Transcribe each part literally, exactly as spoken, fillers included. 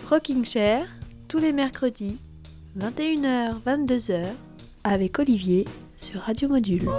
Rocking Chair, tous les mercredis, vingt et une heures vingt-deux heures, avec Olivier sur Radio Module.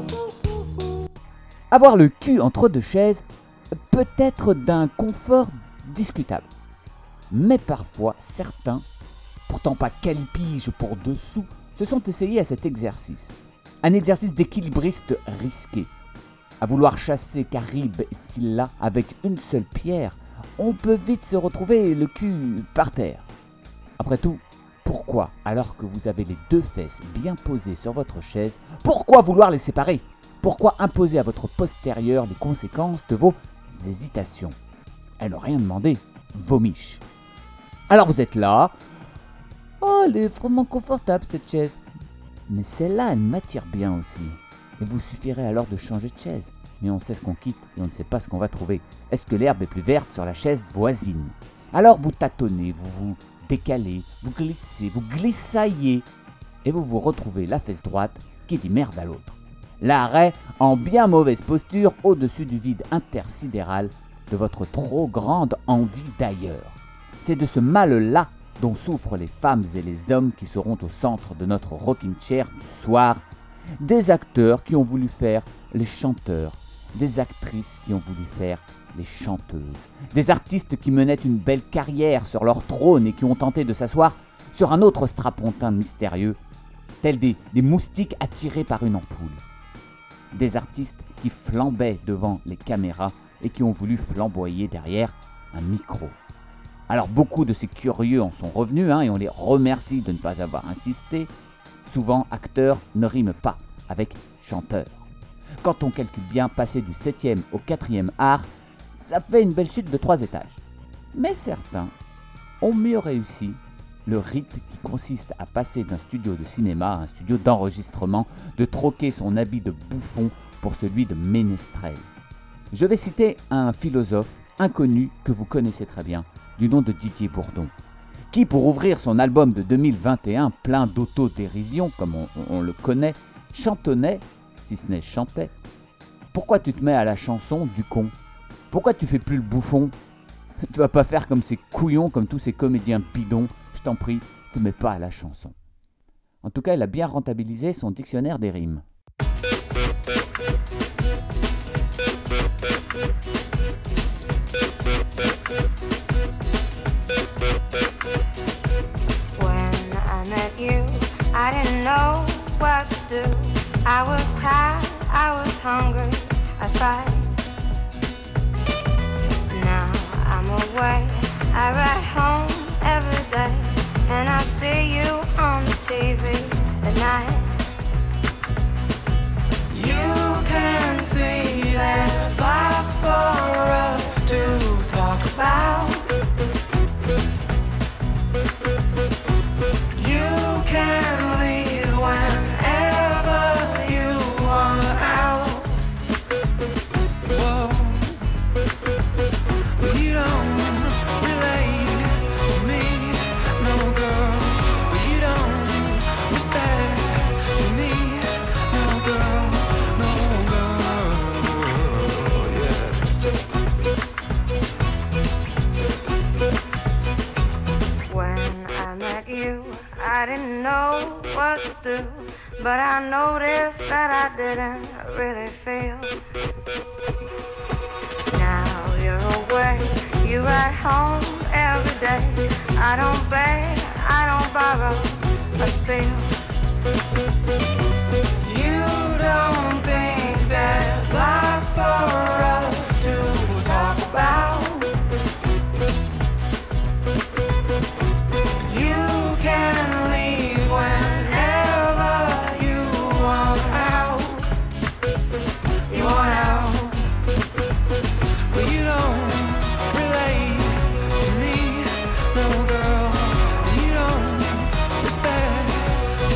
Avoir le cul entre deux chaises peut être d'un confort discutable. Mais parfois, certains, pourtant pas calipiges pour deux sous, se sont essayés à cet exercice. Un exercice d'équilibriste risqué. À vouloir chasser Charybde et Scylla avec une seule pierre, on peut vite se retrouver le cul par terre. Après tout, pourquoi, alors que vous avez les deux fesses bien posées sur votre chaise, pourquoi vouloir les séparer ? Pourquoi imposer à votre postérieur les conséquences de vos hésitations ? Elles n'ont rien demandé, vomiche. Alors vous êtes là, oh, elle est vraiment confortable cette chaise. Mais celle-là, elle m'attire bien aussi. Il vous suffirait alors de changer de chaise. Mais on sait ce qu'on quitte et on ne sait pas ce qu'on va trouver. Est-ce que l'herbe est plus verte sur la chaise voisine ? Alors vous tâtonnez, vous vous décalez, vous glissez, vous glissaillez. Et vous vous retrouvez la fesse droite qui dit merde à l'autre. L'arrêt en bien mauvaise posture au-dessus du vide intersidéral de votre trop grande envie d'ailleurs. C'est de ce mal-là dont souffrent les femmes et les hommes qui seront au centre de notre rocking chair du soir. Des acteurs qui ont voulu faire les chanteurs, des actrices qui ont voulu faire les chanteuses, des artistes qui menaient une belle carrière sur leur trône et qui ont tenté de s'asseoir sur un autre strapontin mystérieux, tels des, des moustiques attirés par une ampoule. Des artistes qui flambaient devant les caméras et qui ont voulu flamboyer derrière un micro. Alors beaucoup de ces curieux en sont revenus hein, et on les remercie de ne pas avoir insisté. Souvent, acteur ne rime pas avec chanteur. Quand on calcule bien, passer du septième au quatrième art, ça fait une belle chute de trois étages. Mais certains ont mieux réussi le rite qui consiste à passer d'un studio de cinéma à un studio d'enregistrement, de troquer son habit de bouffon pour celui de ménestrel. Je vais citer un philosophe inconnu que vous connaissez très bien, du nom de Didier Bourdon, qui, pour ouvrir son album de deux mille vingt et un, plein d'autodérision, comme on, on le connaît, chantonnait, si ce n'est chantait. Pourquoi tu te mets à la chanson du con ? Pourquoi tu fais plus le bouffon ? Tu vas pas faire comme ces couillons, comme tous ces comédiens bidons. Je t'en prie, ne te mets pas à la chanson. En tout cas, il a bien rentabilisé son dictionnaire des rimes. When I met you, I didn't know what to do. I was tired, I was hungry, I tried. Now I'm away, I ride home every day, and I see you on the T V at night. You can see there's lots for us to talk about. You can leave whenever you want out. Whoa. Well, you don't relate to me, no girl. Well, you don't respect me, no girl, no girl, yeah. When I met you, I didn't know what to do, but I noticed that I didn't really feel. Now you're away, you ride home every day. I don't beg, I don't borrow, I steal. You don't think there's lots for us to talk about. You can leave whenever you want out. You want out. Well, you don't relate to me, no girl. And you don't respect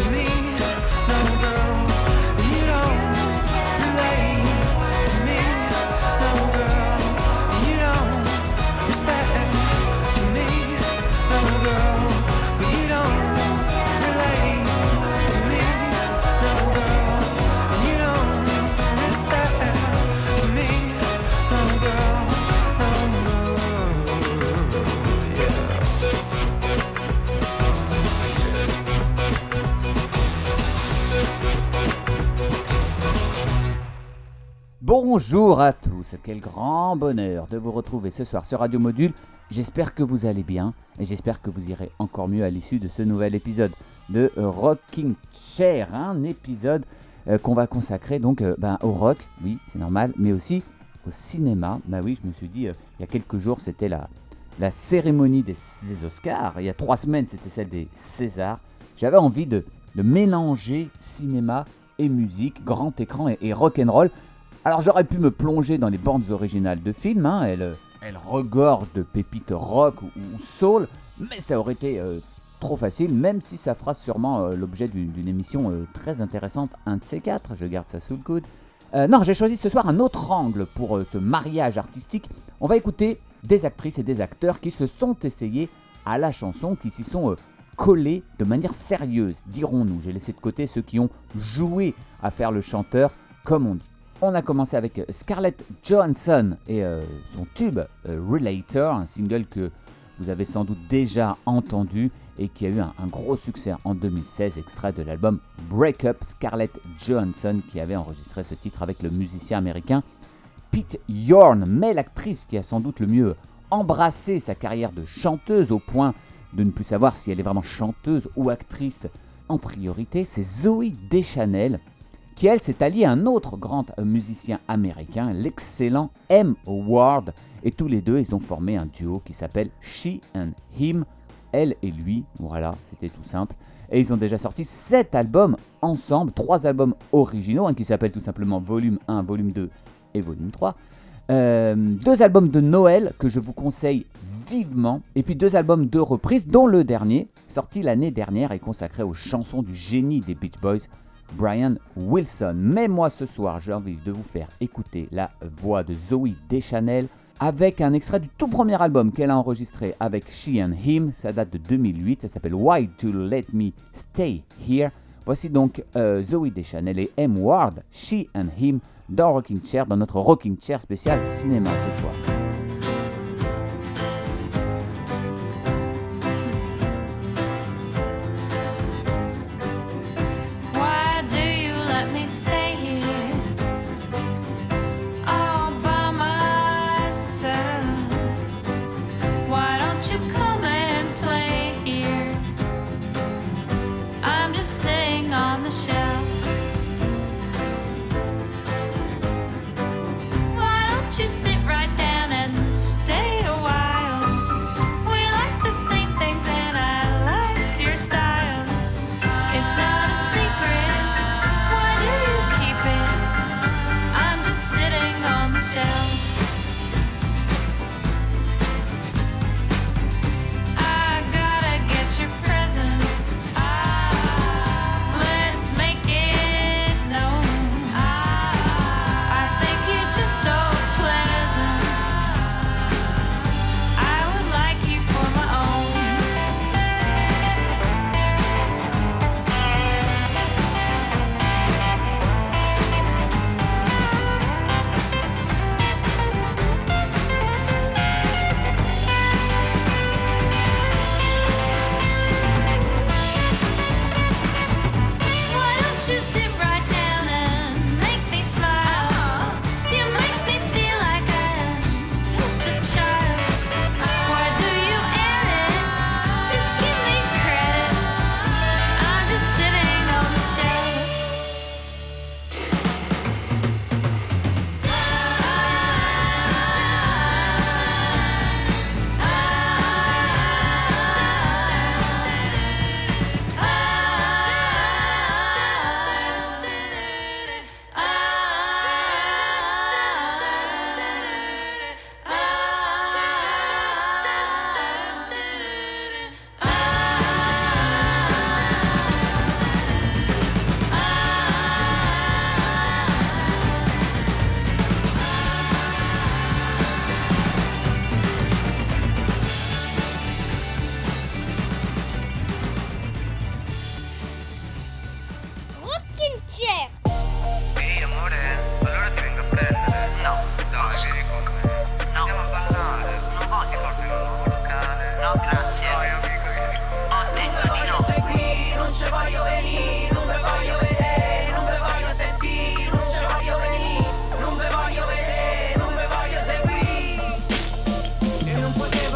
Bonjour à tous, quel grand bonheur de vous retrouver ce soir sur Radio Module. J'espère que vous allez bien et j'espère que vous irez encore mieux à l'issue de ce nouvel épisode de Rocking Chair, un épisode euh, qu'on va consacrer donc euh, ben, au rock, oui c'est normal, mais aussi au cinéma. Bah oui, je me suis dit, euh, il y a quelques jours c'était la, la cérémonie des, des Oscars, il y a trois semaines c'était celle des Césars. J'avais envie de, de mélanger cinéma et musique, grand écran et, et rock'n'roll. Alors j'aurais pu me plonger dans les bandes originales de films, hein, elles, elles regorgent de pépites rock ou, ou soul, mais ça aurait été euh, trop facile, même si ça fera sûrement euh, l'objet d'une, d'une émission euh, très intéressante, un de ces quatre, je garde ça sous le coude. Euh, non, j'ai choisi ce soir un autre angle pour euh, ce mariage artistique. On va écouter des actrices et des acteurs qui se sont essayés à la chanson, qui s'y sont euh, collés de manière sérieuse, dirons-nous. J'ai laissé de côté ceux qui ont joué à faire le chanteur, comme on dit. On a commencé avec Scarlett Johansson et euh, son tube euh, Relator, un single que vous avez sans doute déjà entendu et qui a eu un, un gros succès en deux mille seize, extrait de l'album Break Up. Scarlett Johansson qui avait enregistré ce titre avec le musicien américain Pete Yorn. Mais l'actrice qui a sans doute le mieux embrassé sa carrière de chanteuse au point de ne plus savoir si elle est vraiment chanteuse ou actrice en priorité, c'est Zooey Deschanel, qui elle s'est alliée à un autre grand musicien américain, l'excellent M. Ward, et tous les deux ils ont formé un duo qui s'appelle She and Him, elle et lui, voilà, c'était tout simple, et ils ont déjà sorti sept albums ensemble, trois albums originaux, un qui s'appelle tout simplement Volume un, Volume deux et Volume trois, euh, deux albums de Noël que je vous conseille vivement, et puis deux albums de reprise, dont le dernier, sorti l'année dernière, est consacré aux chansons du génie des Beach Boys, Brian Wilson. Mais moi ce soir j'ai envie de vous faire écouter la voix de Zooey Deschanel avec un extrait du tout premier album qu'elle a enregistré avec She and Him. Ça date de deux mille huit, ça s'appelle Why to Let Me Stay Here. Voici donc euh, Zooey Deschanel et M. Ward, She and Him dans Rocking Chair, dans notre Rocking Chair spécial cinéma ce soir. You sit right down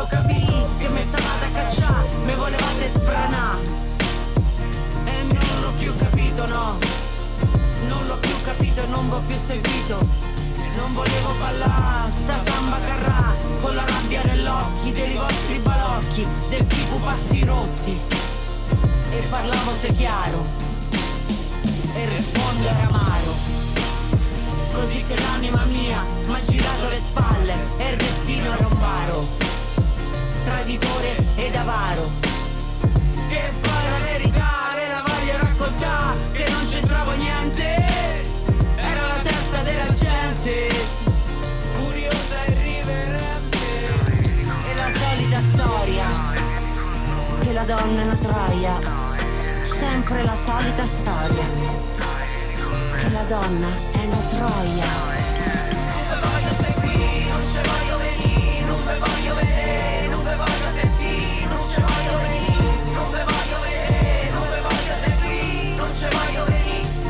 capire che mi stavate a cacciare, mi volevate spranare. E non l'ho più capito, no, non l'ho più capito e non v'ho più seguito. Non volevo ballare, sta samba carrà, con la rabbia nell'occhi dei vostri balocchi, dei sti pupazzi rotti. E parlavo se chiaro, e il fondo era amaro. Così che l'anima mia m'ha girato le spalle, e il destino era un baro, traditore ed avaro. Che poi la verità ve la voglio raccontare, che non c'entravo niente. Era la testa della gente, curiosa e irriverente. E la solita storia, che la donna è una troia. Sempre la solita storia, che la donna è una troia. Non ve voglio seguire, non ce voglio venire, non ve voglio vedere, non ve voglio sentire, non ce voglio venire, non ve voglio vedere, non ve voglio seguire, non ce voglio venire.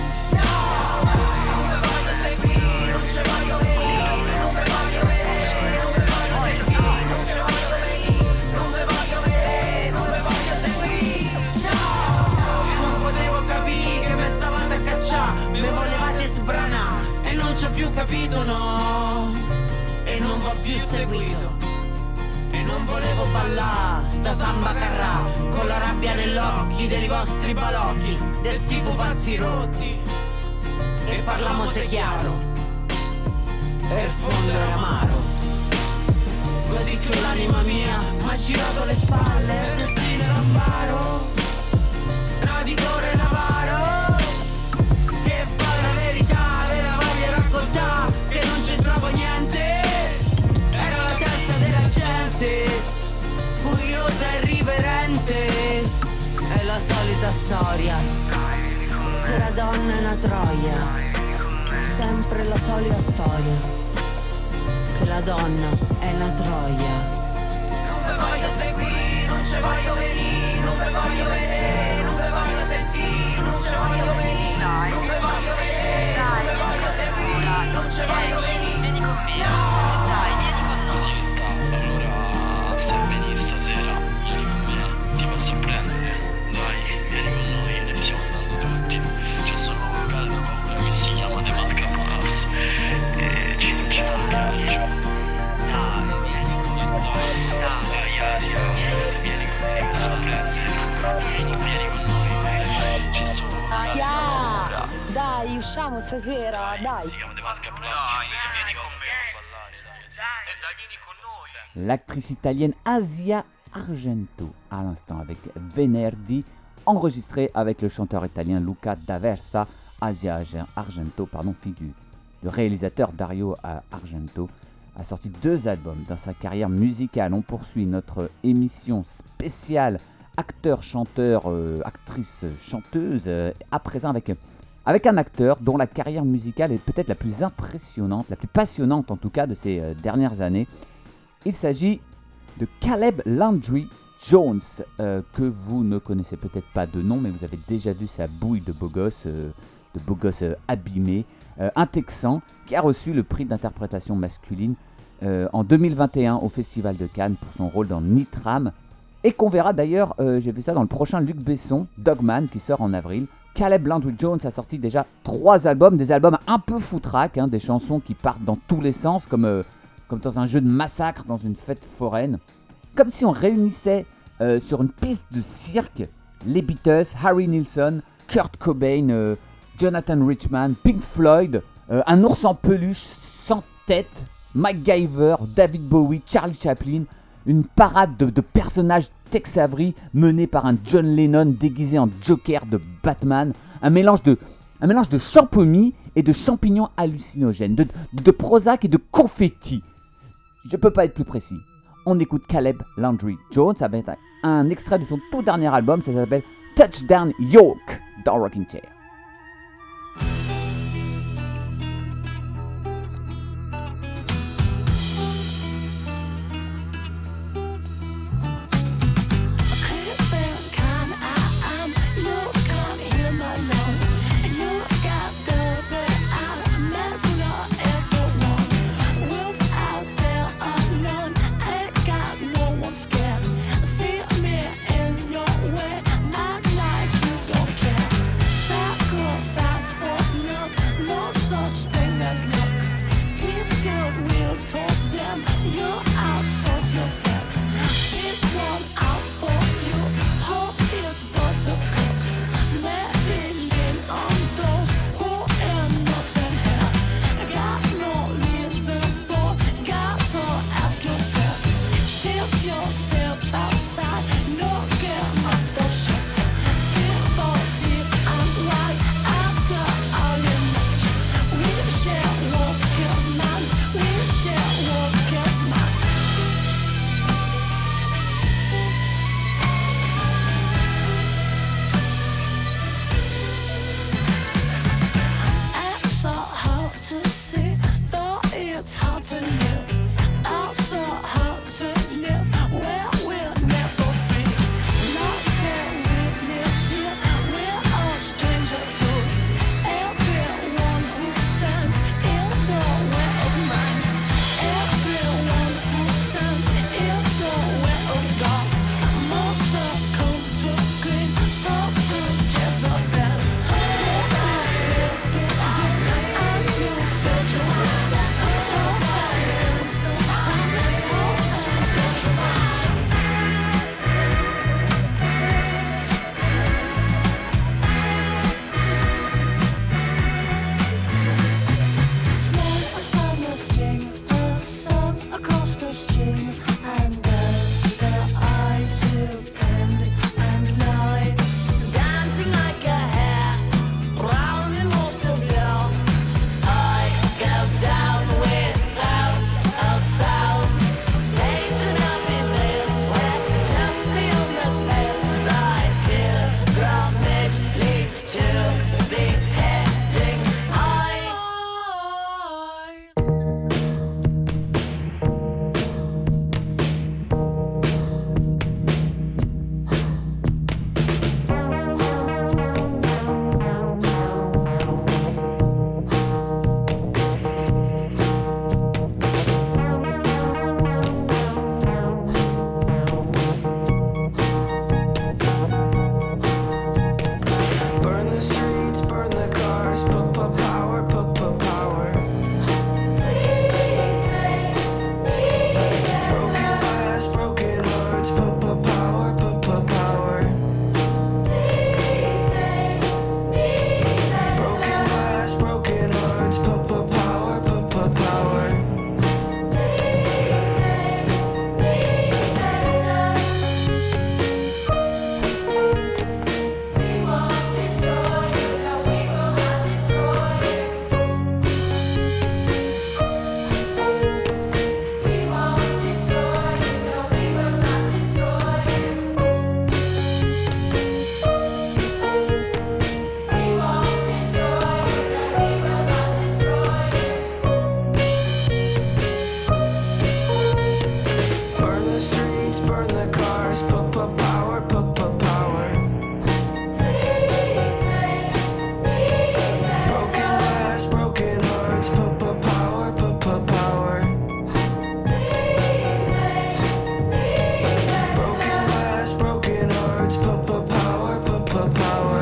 Mi volevate sbranare e non ci ho più capito, no, e non v'ho più seguito. E non volevo ballare sta samba carrà, con la rabbia nell'occhi dei vostri balocchi, de sti pupazzi rotti. E parliamo se chiaro, e il fondo era amaro. Così che l'anima mia m'ha girato le spalle, e il destino era un baro, traditore l'avaro. Che non c'entravo niente, era la testa della gente, curiosa e irriverente. È la solita storia, che la donna è una troia. Sempre la solita storia, che la donna è una troia. Non ve voglio seguire, non ce voglio venire, non ve voglio vedere, non ve voglio sentire, non ce voglio venire, non ve voglio vedere, non ve voglio seguire, non ce voglio venire. Vieni con me, dai, vieni con noi. Allora, se veni stasera, vieni con me, ti posso prendere. Dai, vieni con noi, ne stiamo andando tutti. C'è solo un locale da paura che si chiama The Madcap House e ci facciamo un viaggio. Dai, vieni con noi. Dai, Asia, vieni con me, ti posso prendere. Vieni con noi, ci sono. Asia, dai, usciamo stasera, dai. Si chiama The Madcap House, vieni con me a ballare, dai. Dai, vieni con noi. L'actrice italienne Asia Argento, à l'instant avec Venerdì, enregistrée avec le chanteur italien Luca D'Aversa. Asia Argento, pardon, fille du, du réalisateur Dario Argento, a sorti deux albums dans sa carrière musicale. On poursuit notre émission spéciale acteur, chanteur, euh, actrice, chanteuse, euh, à présent avec, avec un acteur dont la carrière musicale est peut-être la plus impressionnante, la plus passionnante en tout cas de ces euh, dernières années. Il s'agit de Caleb Landry Jones, euh, que vous ne connaissez peut-être pas de nom, mais vous avez déjà vu sa bouille de beau gosse, euh, de beau gosse euh, abîmé, euh, un Texan qui a reçu le prix d'interprétation masculine euh, en deux mille vingt et un au Festival de Cannes pour son rôle dans Nitram, et qu'on verra d'ailleurs, euh, j'ai vu ça dans le prochain Luc Besson, Dogman, qui sort en avril. Caleb Landry Jones a sorti déjà trois albums, des albums un peu foutraques, hein, des chansons qui partent dans tous les sens, comme, euh, comme dans un jeu de massacre dans une fête foraine. Comme si on réunissait euh, sur une piste de cirque les Beatles, Harry Nilsson, Kurt Cobain, euh, Jonathan Richman, Pink Floyd, euh, un ours en peluche sans tête, MacGyver, David Bowie, Charlie Chaplin, une parade de, de personnages Tex Avery menée par un John Lennon déguisé en Joker de Batman, un mélange de, un mélange de champomis et de champignons hallucinogènes, de, de, de Prozac et de confetti. Je peux pas être plus précis. On écoute Caleb Landry Jones avec un extrait de son tout dernier album, ça s'appelle Touchdown York dans Rocking Chair. death. Pick one out for you. Hope it's buttercups. Maryland's on those who innocent here. Got no reason for. Got to ask yourself. Shift yourself outside. No get up for shit. Simple, deep and wide. After all your night, we shall walk your minds. We shall walk your minds. It's so hard to see, though it's hard to live. Also hard to live where we're never free. Not till we live here, we're all stranger to everyone who stands in the way of mine. Everyone who stands in the way of God. Most circle to green, some to Jezebel. Smoke is building up, and you said you were. Tall sentence, sometimes tall sentence. Small summer sting, the sun across the stream, and then their eye to bend and lie. Dancing like a hare, round and most of you. I go down without a sound. Painted up in this wet, just beyond the pale. I hear drummage leads to the heading high. Burn the streets, burn the cars, put put power, put put power. Broken glass, broken hearts, put put power, put put power. Broken glass, broken hearts, put put power, put put power. Burn the streets, burn the cars, put put power, put put power. Broken glass, broken hearts, put put power, put put power. Broken glass, broken hearts, put put power, put put power.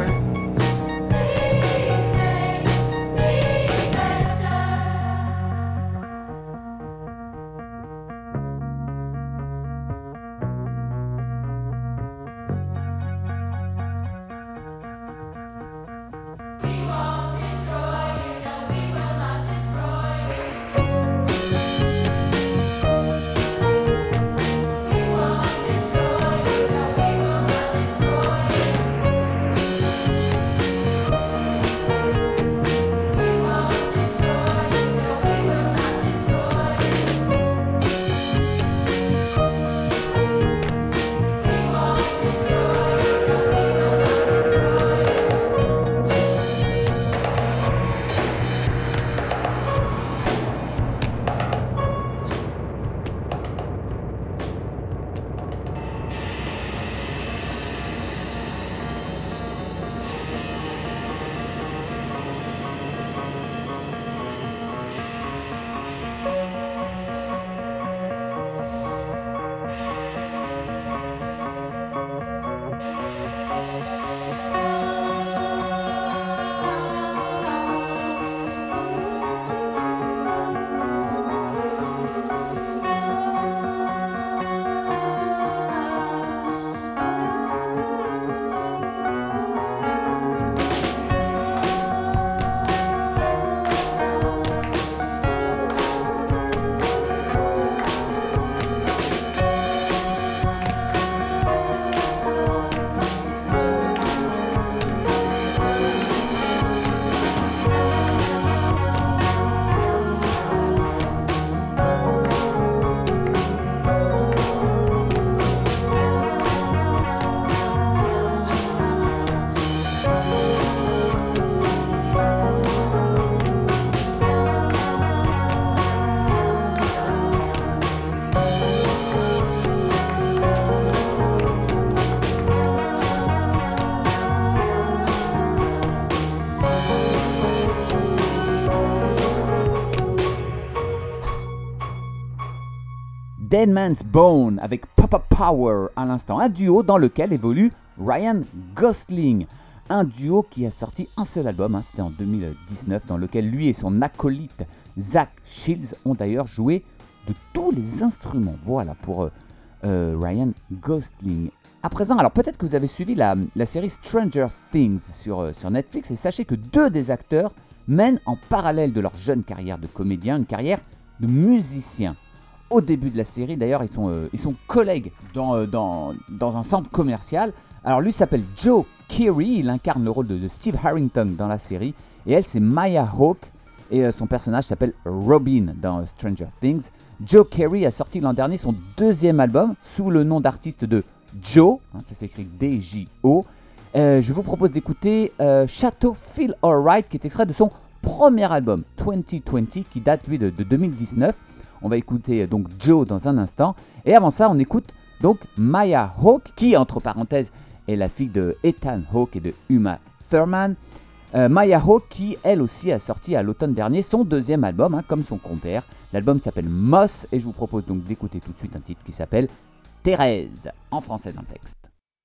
Dead Man's Bone avec Papa Power à l'instant, un duo dans lequel évolue Ryan Gosling. Un duo qui a sorti un seul album, hein, c'était en deux mille dix-neuf, dans lequel lui et son acolyte Zach Shields ont d'ailleurs joué de tous les instruments. Voilà pour euh, euh, Ryan Gosling. À présent, alors peut-être que vous avez suivi la, la série Stranger Things sur, euh, sur Netflix, et sachez que deux des acteurs mènent en parallèle de leur jeune carrière de comédien une carrière de musicien. Au début de la série, d'ailleurs, ils sont, euh, ils sont collègues dans, euh, dans, dans un centre commercial. Alors lui s'appelle Joe Keery, il incarne le rôle de, de Steve Harrington dans la série, et elle c'est Maya Hawke, et euh, son personnage s'appelle Robin dans euh, Stranger Things. Joe Keery a sorti l'an dernier son deuxième album sous le nom d'artiste de Joe, hein, ça s'écrit D J O. Euh, je vous propose d'écouter euh, Chateau Feel Alright, qui est extrait de son premier album vingt vingt, qui date lui de, de deux mille dix-neuf. On va écouter euh, donc Joe dans un instant, et avant ça on écoute donc Maya Hawke, qui entre parenthèses est la fille de Ethan Hawke et de Uma Thurman. Euh, Maya Hawke qui elle aussi a sorti à l'automne dernier son deuxième album, hein, comme son compère. L'album s'appelle Moss, et je vous propose donc d'écouter tout de suite un titre qui s'appelle Thérèse, en français dans le texte.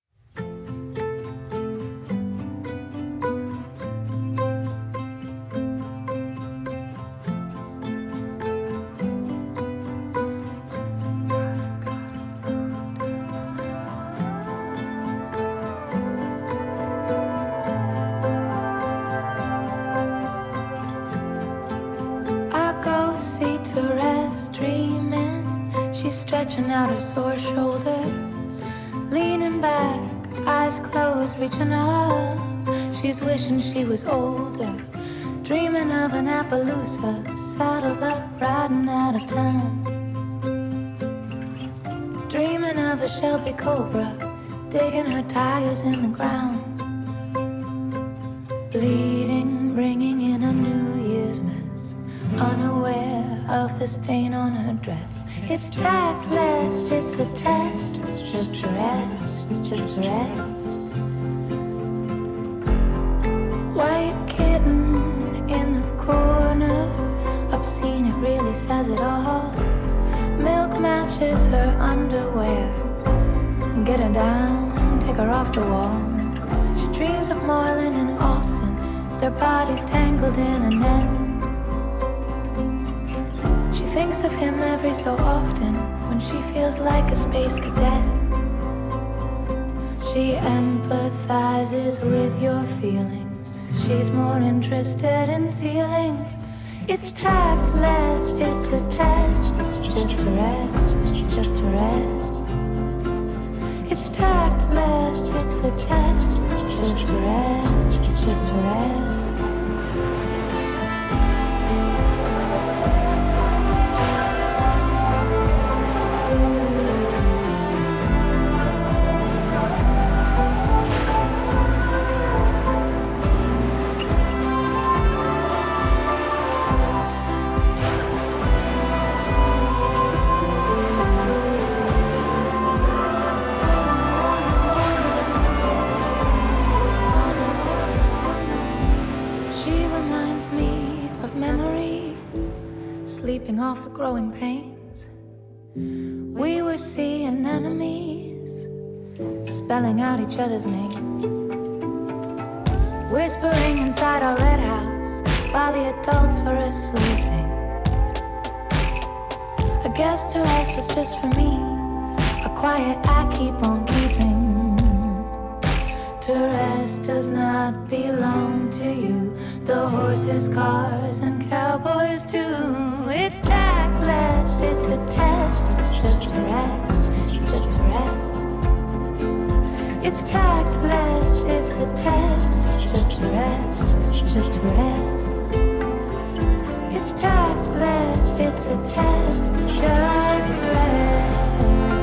See Therese dreaming, she's stretching out her sore shoulder, leaning back, eyes closed, reaching up. She's wishing she was older, dreaming of an Appaloosa, saddled up, riding out of town. Dreaming of a Shelby Cobra, digging her tires in the ground. Bleeding, bringing in a New Year's mess, unaware of the stain on her dress. It's tactless, it's a test, it's just a rest, it's just a rest. White kitten in the corner, obscene, it really says it all. Milk matches her underwear, get her down, take her off the wall. She dreams of Marlon and Austin, their bodies tangled in a net. She thinks of him every so often when she feels like a space cadet. She empathizes with your feelings, she's more interested in ceilings. It's tactless, it's a test, it's just a rest, it's just a rest. It's tactless, it's a test, it's just a rest, it's just a rest. Sleeping off the growing pains. We were seeing enemies, spelling out each other's names, whispering inside our red house while the adults were asleep. A guest to us was just for me, a quiet I keep on keeping. To rest does not belong to you. The horses, cars, and cowboys do. It's tactless, it's a test, it's just a rest, it's just a rest. It's tactless, it's a test, it's just a rest, it's just a rest. It's tactless, it's a test, it's just a rest.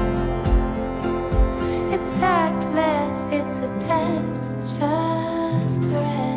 It's tactless, it's a test, it's just a rest.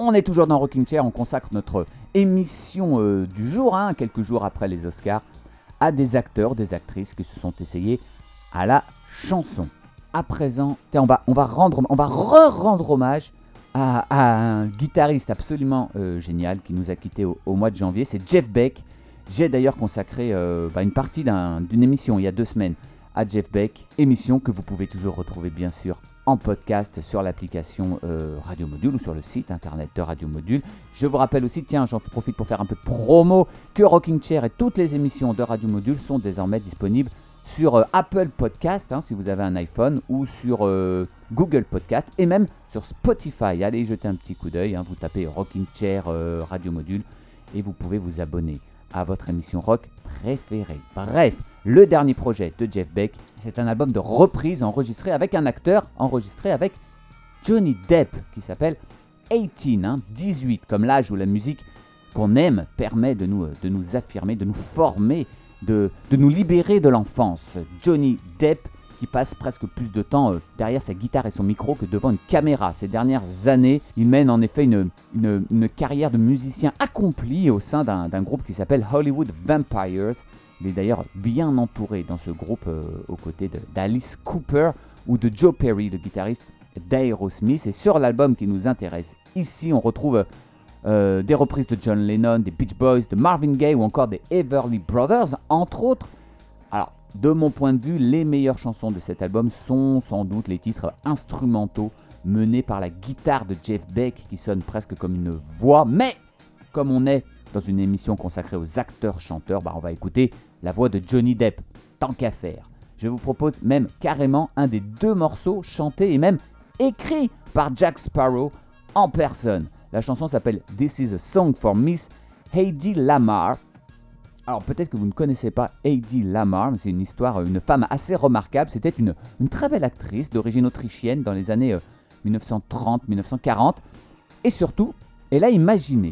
On est toujours dans Rocking Chair, on consacre notre émission euh, du jour, hein, quelques jours après les Oscars, à des acteurs, des actrices qui se sont essayés à la chanson. À présent, tiens, on va, on va rendre, on va re-rendre hommage à, à un guitariste absolument euh, génial qui nous a quittés au, au mois de janvier, c'est Jeff Beck. J'ai d'ailleurs consacré euh, bah, une partie d'un, d'une émission il y a deux semaines à Jeff Beck, émission que vous pouvez toujours retrouver bien sûr en podcast sur l'application euh, Radio Module ou sur le site internet de Radio Module. Je vous rappelle aussi, tiens, j'en profite pour faire un peu de promo, que Rocking Chair et toutes les émissions de Radio Module sont désormais disponibles sur euh, Apple Podcast, hein, si vous avez un iPhone, ou sur euh, Google Podcast, et même sur Spotify. Allez y jeter un petit coup d'œil, hein, vous tapez Rocking Chair euh, Radio Module et vous pouvez vous abonner à votre émission rock préférée. Bref, le dernier projet de Jeff Beck, c'est un album de reprise enregistré avec un acteur, enregistré avec Johnny Depp, qui s'appelle dix-huit, hein, dix-huit, comme l'âge où la musique qu'on aime permet de nous, de nous affirmer, de nous former, de, de nous libérer de l'enfance. Johnny Depp, qui passe presque plus de temps euh, derrière sa guitare et son micro que devant une caméra. Ces dernières années, il mène en effet une, une, une carrière de musicien accompli au sein d'un, d'un groupe qui s'appelle Hollywood Vampires. Il est d'ailleurs bien entouré dans ce groupe euh, aux côtés de, d'Alice Cooper ou de Joe Perry, le guitariste d'Aerosmith. Et sur l'album qui nous intéresse ici, on retrouve euh, des reprises de John Lennon, des Beach Boys, de Marvin Gaye ou encore des Everly Brothers, entre autres. Alors, de mon point de vue, les meilleures chansons de cet album sont sans doute les titres instrumentaux menés par la guitare de Jeff Beck qui sonne presque comme une voix. Mais comme on est dans une émission consacrée aux acteurs-chanteurs, bah on va écouter la voix de Johnny Depp, tant qu'à faire. Je vous propose même carrément un des deux morceaux chantés et même écrits par Jack Sparrow en personne. La chanson s'appelle This is a Song for Miss Hedy Lamarr. Alors peut-être que vous ne connaissez pas Hedy Lamarr, mais c'est une histoire, une femme assez remarquable. C'était une, une très belle actrice d'origine autrichienne dans les années euh, dix-neuf cent trente à dix-neuf cent quarante. Et surtout, elle a imaginé,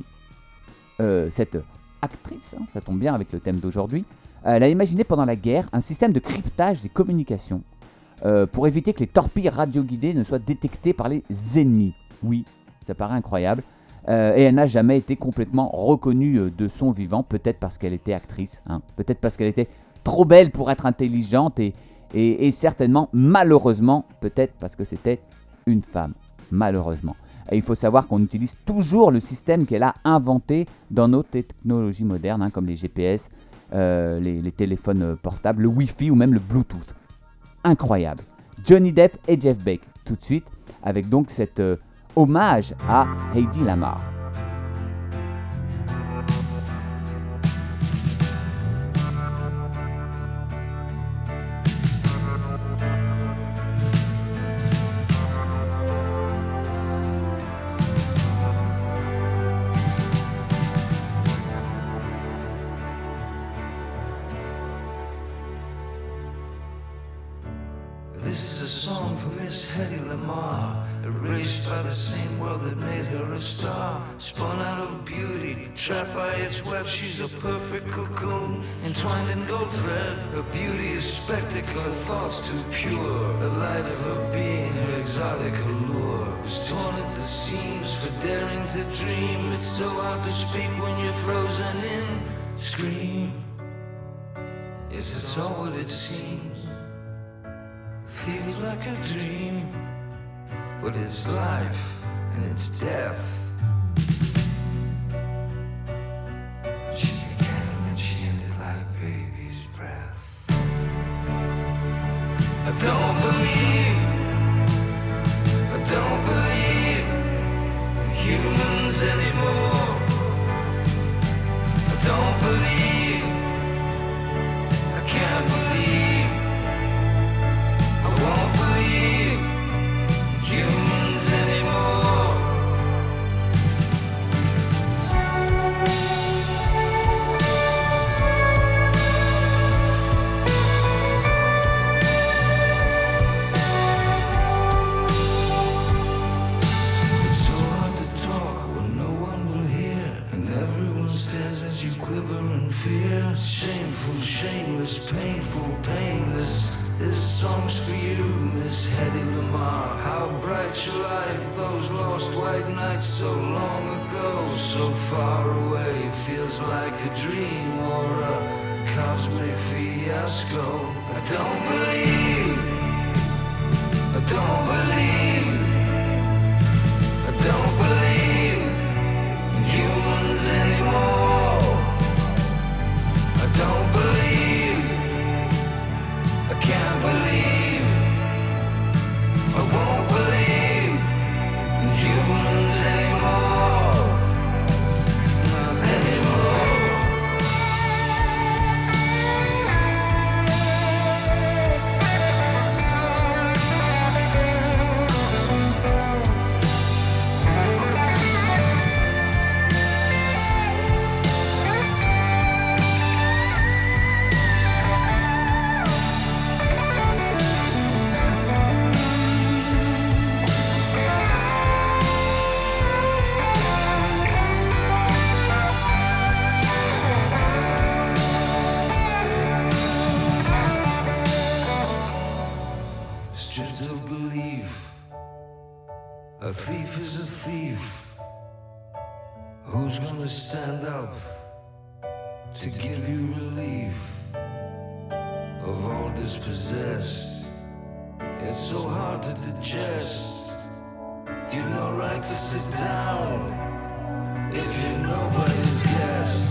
euh, cette actrice, hein, ça tombe bien avec le thème d'aujourd'hui, euh, elle a imaginé pendant la guerre un système de cryptage des communications euh, pour éviter que les torpilles radioguidées ne soient détectées par les ennemis. Oui, ça paraît incroyable. Euh, et elle n'a jamais été complètement reconnue euh, de son vivant, peut-être parce qu'elle était actrice, hein, peut-être parce qu'elle était trop belle pour être intelligente et, et, et certainement, malheureusement, peut-être parce que c'était une femme, malheureusement. Et il faut savoir qu'on utilise toujours le système qu'elle a inventé dans nos technologies modernes, hein, comme les G P S, euh, les, les téléphones portables, le Wi-Fi ou même le Bluetooth. Incroyable. Johnny Depp et Jeff Beck, tout de suite, avec donc cette... Euh, hommage à Hedy Lamarr. This is a song for Miss Hedy Lamarr, erased by the same world that made her a star. Spun out of beauty, trapped by its web, she's a perfect cocoon, entwined in gold thread. Her beauty is spectacle, her thoughts too pure. The light of her being, her exotic allure, was torn at the seams for daring to dream. It's so hard to speak when you're frozen in. Scream, yes, it's all what it seems. Feels like a dream, but it's life and it's death. And she began and she ended like baby's breath. I don't believe, I don't believe in humans anymore. I don't believe, I can't believe, I won't believe in humans anymore. It's so hard to talk when no one will hear, and everyone stares as you quiver in fear. It's shameful, shameless, painful, painless. This song's for you, Miss Hedy Lamar. How bright you like those lost white nights so long ago, so far away. Feels like a dream or a cosmic fiasco. I don't believe, I don't believe, I don't believe in humans anymore. I don't believe, I can't believe, I won't believe in humans anymore. Not anymore. Stripped of belief, a thief is a thief. Who's gonna stand up to give you relief of all dispossessed? It's so hard to digest. You've no right to sit down if you're nobody's guest.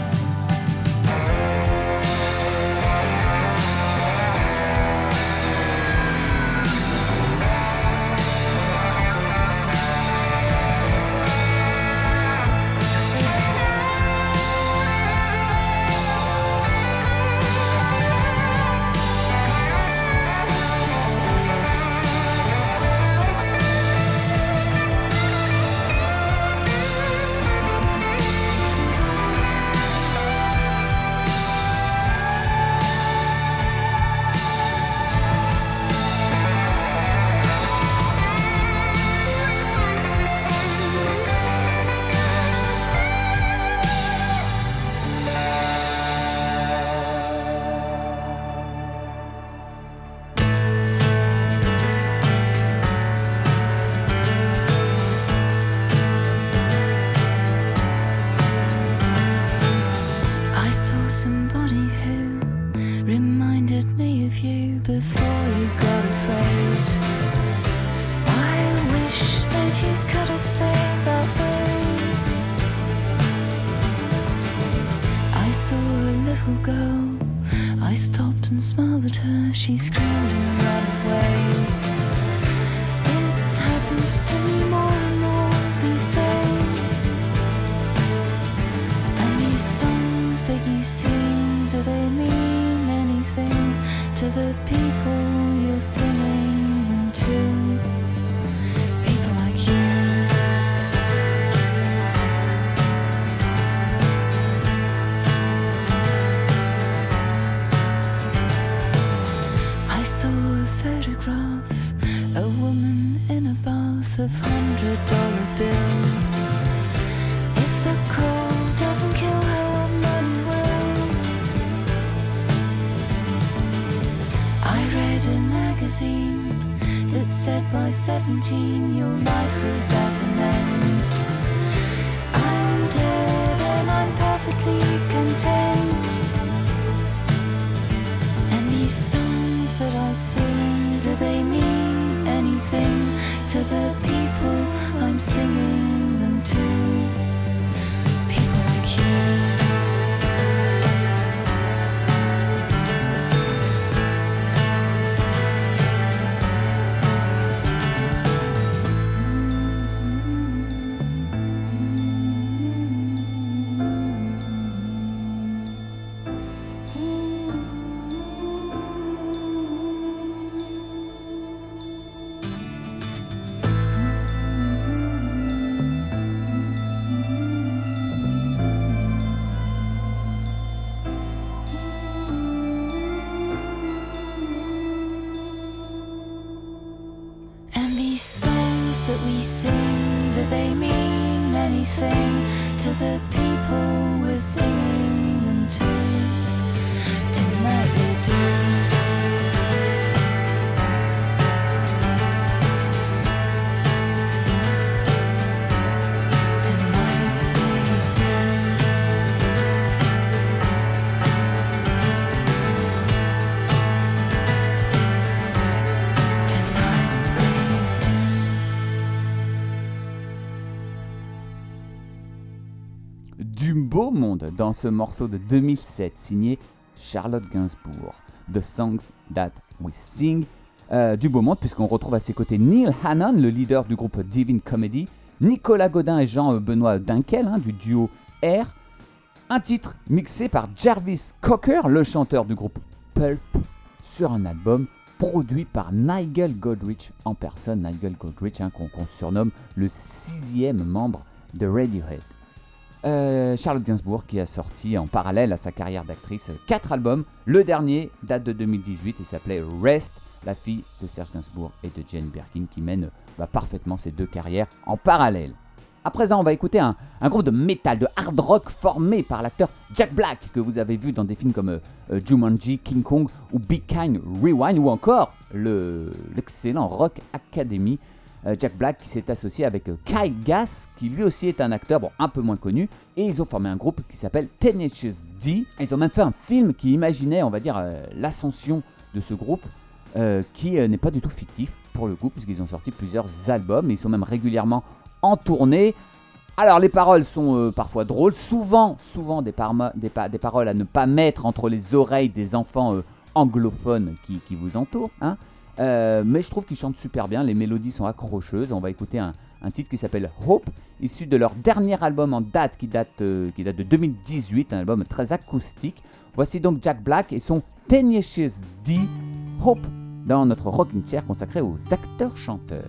I saw somebody who reminded me of you before you got afraid. I wish that you could have stayed that way. I saw a little girl, I stopped and smiled at her, she screamed and ran away. It happens to me more and more these days. And these songs that you sing, do they mean anything to the people you're singing them to? People like you. I saw a photograph, a woman in a bath of hundred dollar bills. If the cold doesn't kill her, money will. I read a magazine that said by seventeen your life was at an end. I'm dead and I'm perfectly content. And these songs that I sing, do they mean anything to the people I'm singing them to? People like you. beau monde dans ce morceau de deux mille sept signé Charlotte Gainsbourg, The Songs That We Sing. Euh, du beau monde puisqu'on retrouve à ses côtés Neil Hannon, le leader du groupe Divine Comedy, Nicolas Godin et Jean-Benoît Dunkel hein, du duo R. Un titre mixé par Jarvis Cocker, le chanteur du groupe Pulp, sur un album produit par Nigel Godrich en personne, Nigel Godrich hein, qu'on, qu'on surnomme le sixième membre de Radiohead. Euh, Charlotte Gainsbourg qui a sorti en parallèle à sa carrière d'actrice quatre albums. Le dernier date de deux mille dix-huit et s'appelait Rest, la fille de Serge Gainsbourg et de Jane Birkin qui mène bah, parfaitement ces deux carrières en parallèle. À présent, on va écouter un, un groupe de métal, de hard rock formé par l'acteur Jack Black que vous avez vu dans des films comme euh, Jumanji, King Kong ou Be Kind Rewind ou encore le, l'excellent Rock Academy. Euh, Jack Black qui s'est associé avec euh, Kyle Gass qui lui aussi est un acteur bon, un peu moins connu et ils ont formé un groupe qui s'appelle Tenacious D. Ils ont même fait un film qui imaginait, on va dire, euh, l'ascension de ce groupe euh, qui euh, n'est pas du tout fictif pour le coup puisqu'ils ont sorti plusieurs albums et ils sont même régulièrement en tournée. Alors les paroles sont euh, parfois drôles, souvent, souvent des, parma- des, pa- des paroles à ne pas mettre entre les oreilles des enfants euh, anglophones qui, qui vous entourent. Hein. Euh, mais je trouve qu'ils chantent super bien, les mélodies sont accrocheuses. On va écouter un, un titre qui s'appelle Hope, issu de leur dernier album en date qui date, euh, qui date de deux mille dix-huit, un album très acoustique. Voici donc Jack Black et son Tenacious D, Hope, dans notre Rocking Chair consacré aux acteurs-chanteurs.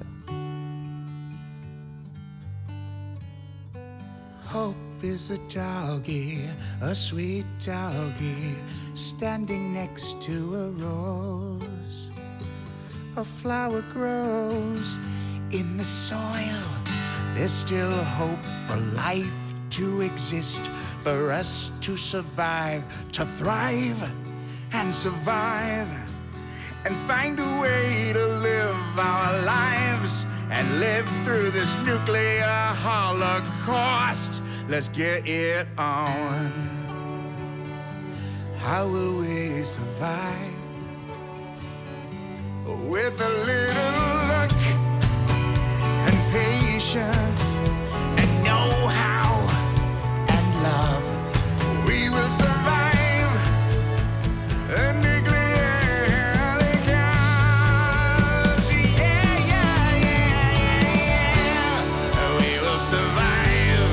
Hope is a doggy, a sweet doggy, standing next to a rose. A flower grows in the soil. There's still hope for life to exist, for us to survive, to thrive and survive, and find a way to live our lives and live through this nuclear holocaust. Let's get it on. How will we survive? With a little luck and patience and know-how and love, we will survive a nuclear holocaust. Yeah, yeah, yeah, yeah. We will survive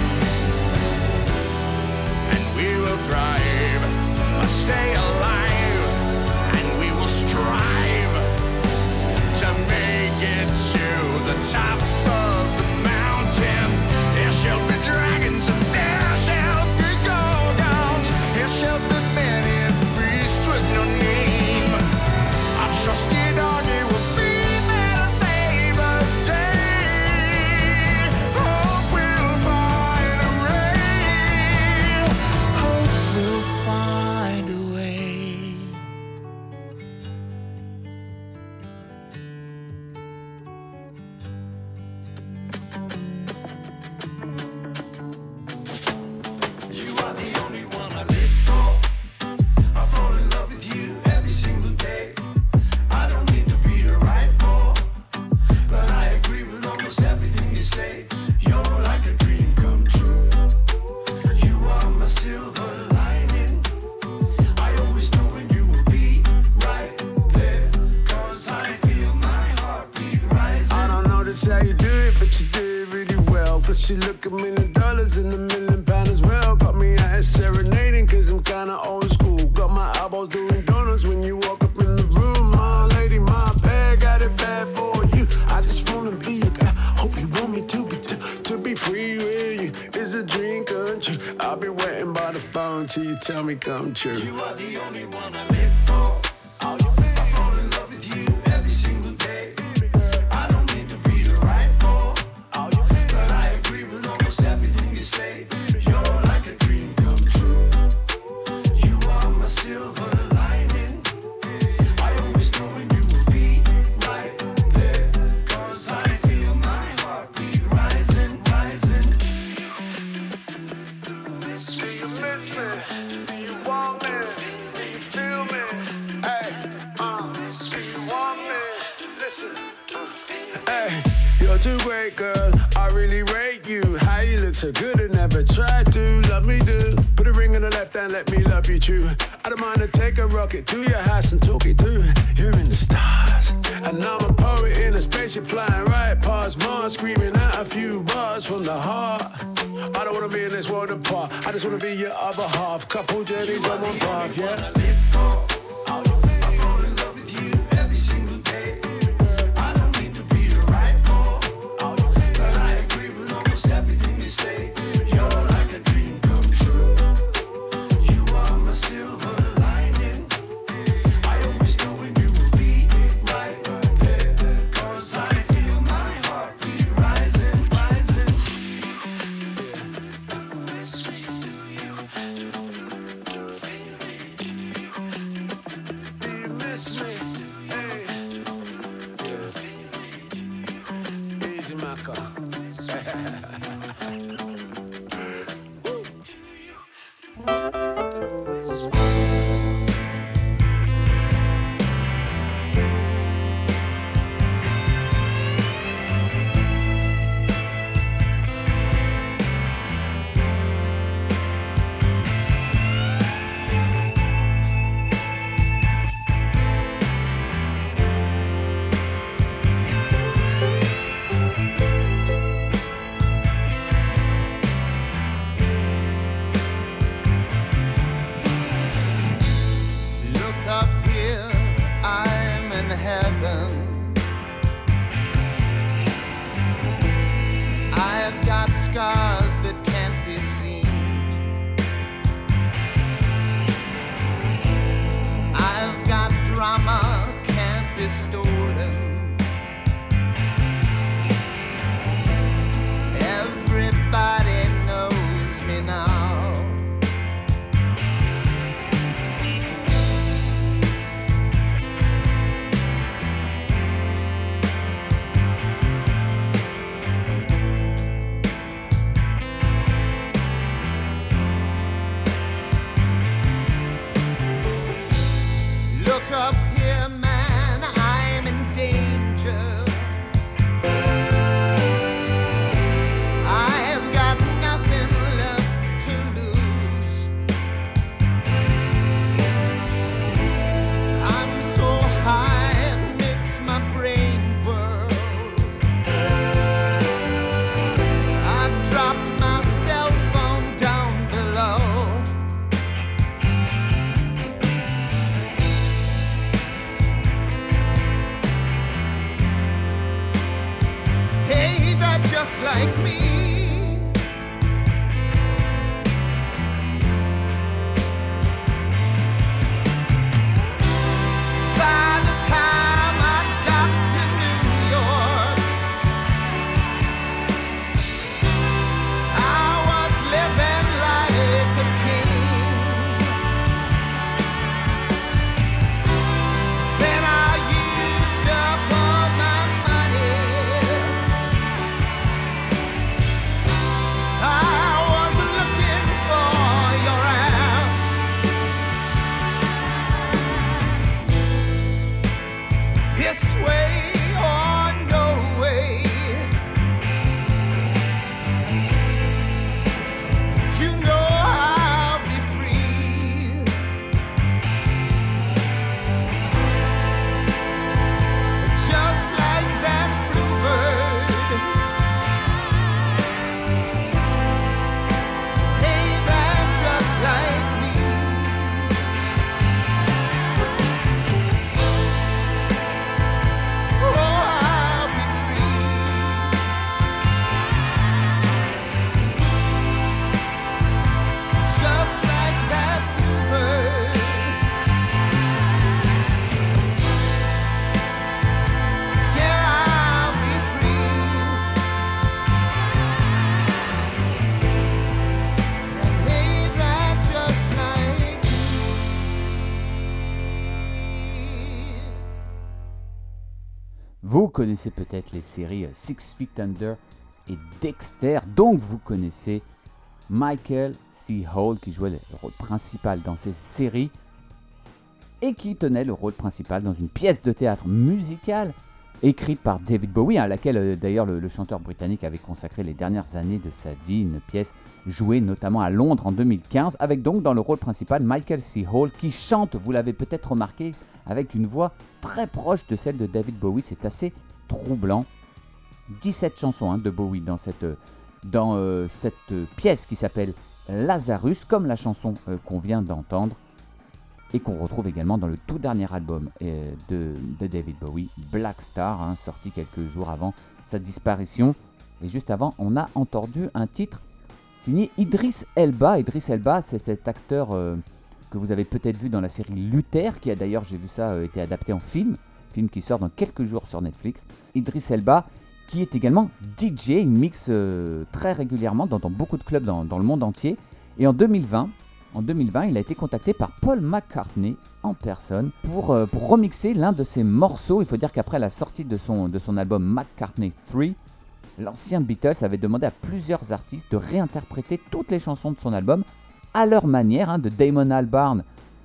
and we will thrive, must stay alive, and we will strive to make it to the top of the mountain. There shall be dragons and there shall be gorgons. There shall be many priests with no name. Our trusty doggy will be there to save a day. Hope will find a way. Hope will find a way. How you do it, but you do it really well. Plus you look at me in the dollars and a million pound as well. Got me out here serenading cause I'm kinda old school. Got my eyeballs doing donuts when you walk up in the room. My lady, my bag, got it bad for you. I just wanna be a guy, hope you want me to be too. To be free with you is a dream come true. I'll be waiting by the phone till you tell me come true. You are the only one I live for. I fall in love with you every single day. Everything you say, you're like a dream come true. You are my silver lining. I always know when you will be right there, cause I feel my heartbeat rising, rising. Do you miss me? Do you want me? Do you feel me? Hey, uh, do you want me? Listen, uh, hey, you're too great, girl. I really rate you. How you look so good and never tried to love me, do. Put a ring on the left and let me love you true. I don't mind to take a rocket to your house and talk it through. You're in the stars, and I'm a poet in a spaceship flying right past Mars, screaming out a few bars from the heart. I don't wanna be in this world apart. I just wanna be your other half. Couple journeys on one path, yeah. Say you're like a dream come true. You are my silver lining. I always know when you will be right there, 'cause I feel my heartbeat rising, rising. Miss me, do you? Do you feel me? Do you miss me? Hey, do you feel me? Easy, my car. Like me. By the time I got to New York, I was living like a king. Then I used up all my money. Vous connaissez peut-être les séries Six Feet Under et Dexter, donc vous connaissez Michael C. Hall qui jouait le rôle principal dans ces séries et qui tenait le rôle principal dans une pièce de théâtre musicale écrite par David Bowie, à laquelle euh, d'ailleurs le, le chanteur britannique avait consacré les dernières années de sa vie, une pièce jouée notamment à Londres en deux mille quinze, avec donc dans le rôle principal Michael C. Hall, qui chante, vous l'avez peut-être remarqué, avec une voix très proche de celle de David Bowie. C'est assez troublant. dix-sept chansons hein, de Bowie dans cette, dans, euh, cette pièce qui s'appelle Lazarus, comme la chanson euh, qu'on vient d'entendre, et qu'on retrouve également dans le tout dernier album euh, de, de David Bowie, Black Star, hein, sorti quelques jours avant sa disparition. Et juste avant, on a entendu un titre signé Idris Elba. Idris Elba, c'est cet acteur euh, que vous avez peut-être vu dans la série Luther, qui a d'ailleurs, j'ai vu ça, euh, été adapté en film, film qui sort dans quelques jours sur Netflix. Idris Elba, qui est également D J, il mixe euh, très régulièrement dans, dans beaucoup de clubs dans, dans le monde entier. Et en deux mille vingt, en deux mille vingt, il a été contacté par Paul McCartney en personne pour, euh, pour remixer l'un de ses morceaux. Il faut dire qu'après la sortie de son, de son album McCartney trois, l'ancien Beatles avait demandé à plusieurs artistes de réinterpréter toutes les chansons de son album à leur manière, hein, de Damon Albarn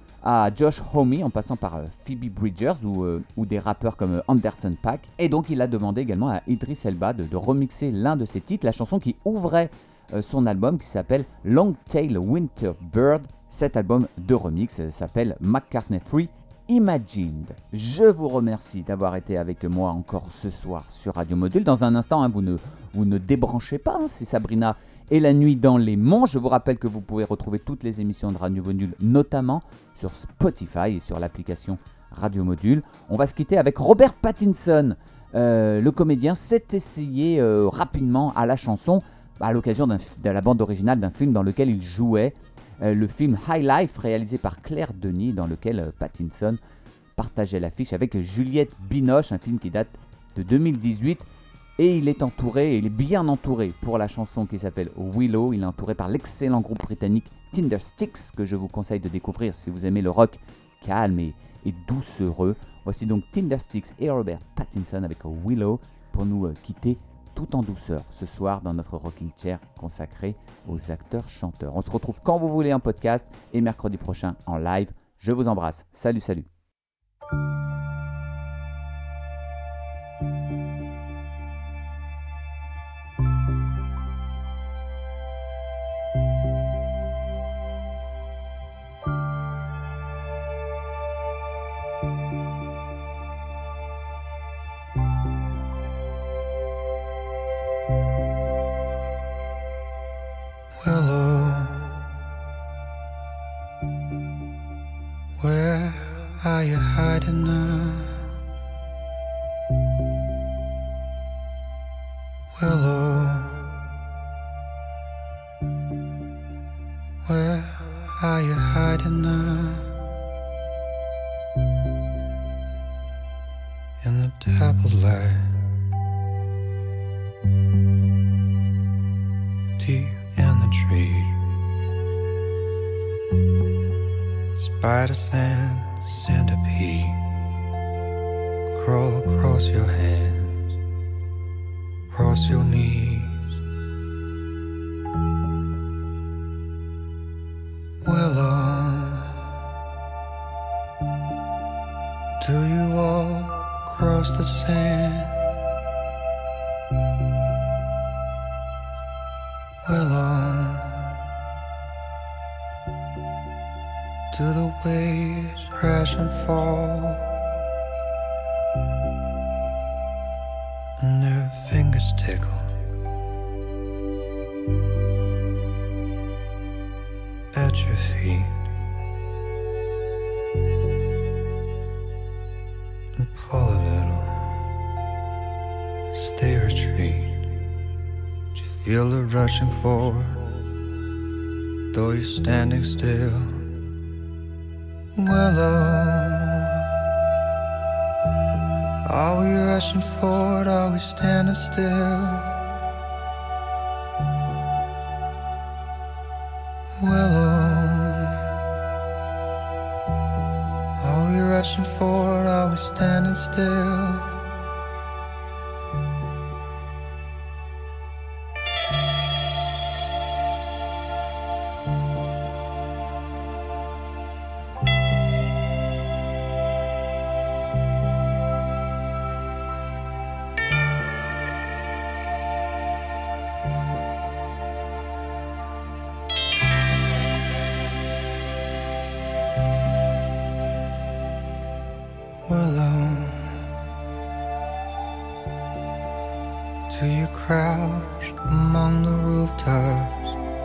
à Josh Homme, en passant par euh, Phoebe Bridgers ou, euh, ou des rappeurs comme euh, Anderson .Paak. Et donc il a demandé également à Idris Elba de, de remixer l'un de ses titres, la chanson qui ouvrait euh, son album, qui s'appelle Long Tail Winter Bird. Cet album de remix euh, s'appelle McCartney trois Imagined. Je vous remercie d'avoir été avec moi encore ce soir sur Radio Module. Dans un instant, hein, vous, ne, vous ne débranchez pas, hein, c'est Sabrina et la nuit dans les monts. Je vous rappelle que vous pouvez retrouver toutes les émissions de Radio Module, notamment sur Spotify et sur l'application Radio Module. On va se quitter avec Robert Pattinson. Euh, le comédien s'est essayé euh, rapidement à la chanson à l'occasion d'un, de la bande originale d'un film dans lequel il jouait. Euh, le film High Life, réalisé par Claire Denis, dans lequel euh, Pattinson partageait l'affiche avec Juliette Binoche, un film qui date de deux mille dix-huit. Et il est entouré, il est bien entouré pour la chanson qui s'appelle Willow. Il est entouré par l'excellent groupe britannique Tindersticks, que je vous conseille de découvrir si vous aimez le rock calme et, et doucereux. Voici donc Tindersticks et Robert Pattinson avec Willow pour nous euh, quitter tout en douceur ce soir dans notre rocking chair consacré aux acteurs-chanteurs. On se retrouve quand vous voulez en podcast et mercredi prochain en live. Je vous embrasse. Salut, salut. Willow, where are you hiding now? Willow, where are you hiding now? In the dappled light, deep in the tree, spiders and centipede crawl across your hands, across your knees. Willow, do you walk across the sand? Willow, do the waves crash and fall, and their fingers tickle at your feet, and pull a little, stay retreat. Feel it rushing forward, though you're standing still. Willow, are we rushing forward, are we standing still? Willow, are we rushing forward, are we standing still? alone. Do you crouch among the rooftops?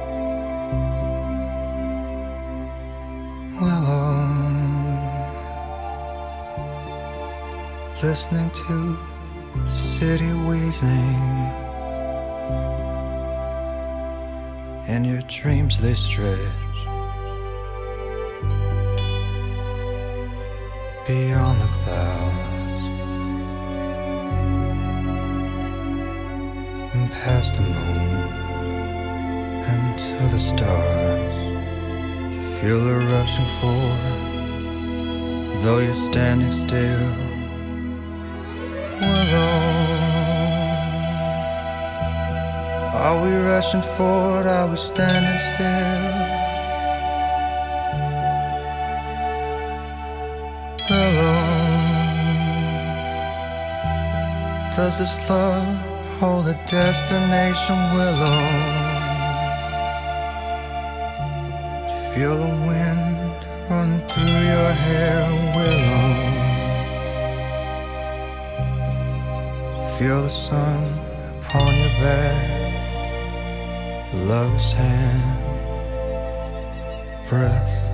Alone, listening to the city wheezing, and your dreams they stretch beyond the clouds and past the moon and to the stars. You feel the rushing forward, though you're standing still. Alone. Are we rushing forward? Are we standing still? Alone. Does this love hold a destination? Willow. Do you feel the wind run through your hair? Willow. Feel the sun upon your back, the lover's hand, breath,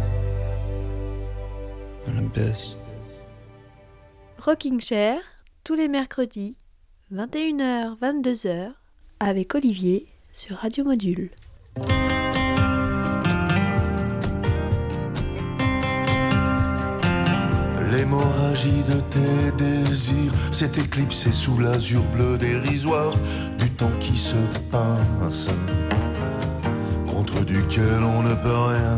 an abyss. Rocking Chair, tous les mercredis, vingt et une heures vingt-deux heures, avec Olivier sur Radio Module. L'hémorragie de tes désirs s'est éclipsée sous l'azur bleu dérisoire du temps qui se passe, contre duquel on ne peut rien.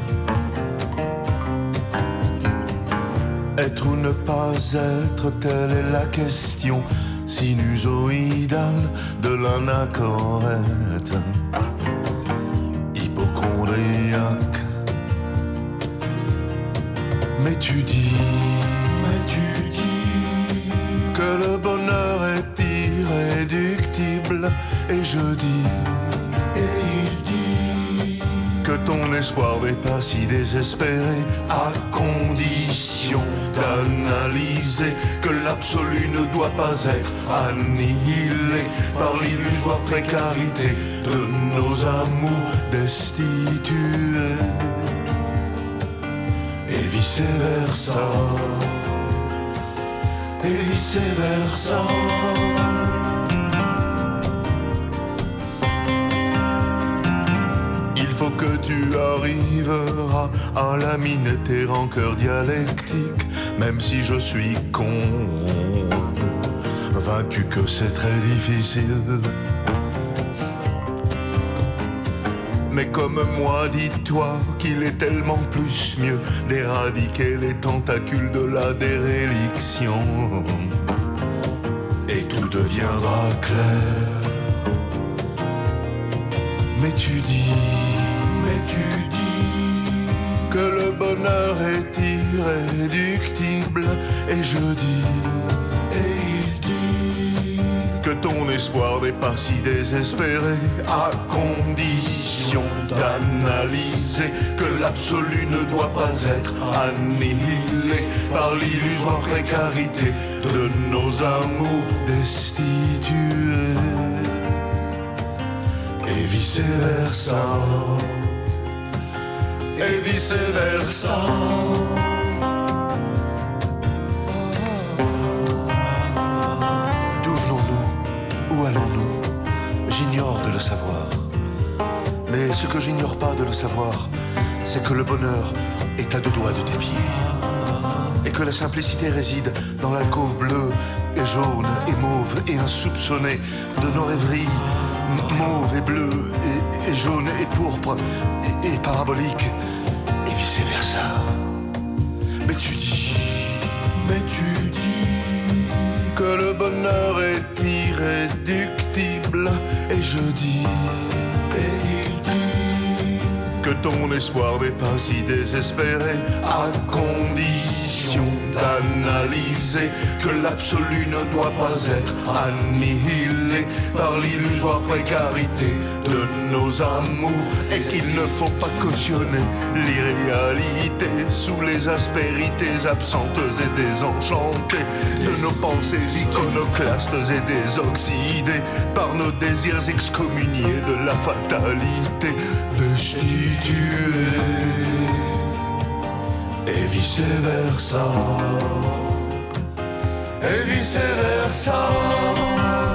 Être ou ne pas être, telle est la question sinusoïdale de l'anachorète hypochondriaque. Mais tu dis, mais tu dis que le bonheur est irréductible, et je dis, et il dit que ton espoir n'est pas si désespéré, à condition d'analyser que l'absolu ne doit pas être annihilé par l'illusoire précarité de nos amours destitués. Et vice versa, et vice versa. Il faut que tu arriveras à laminer tes rancœurs dialectiques, même si je suis convaincu que c'est très difficile. Mais comme moi, dis-toi qu'il est tellement plus mieux d'éradiquer les tentacules de la déréliction, et tout deviendra clair. Mais tu dis, mais tu dis que le bonheur est irréductible, et je dis, et il dit que ton espoir n'est pas si désespéré, à condition d'analyser que l'absolu ne doit pas être annihilé par l'illusoire précarité de nos amours destitués. Et vice versa, et vice versa. D'où venons-nous? Où allons-nous? J'ignore de le savoir. Mais ce que j'ignore pas de le savoir, c'est que le bonheur est à deux doigts de tes pieds. Et que la simplicité réside dans l'alcôve bleue et jaune et mauve et insoupçonnée de nos rêveries mauve et bleu et, et jaune et pourpre et, et parabolique, et vice versa. Mais tu dis, mais tu dis que le bonheur est irréductible, et je dis, et il dit que ton espoir n'est pas si désespéré, à condition d'analyser banalisé, que l'absolu ne doit pas être annihilé par l'illusoire précarité de nos amours, et qu'il ne faut pas cautionner l'irréalité sous les aspérités absentes et désenchantées de nos pensées iconoclastes et désoxydées par nos désirs excommuniés de la fatalité, destitués et vice versa, et vice versa.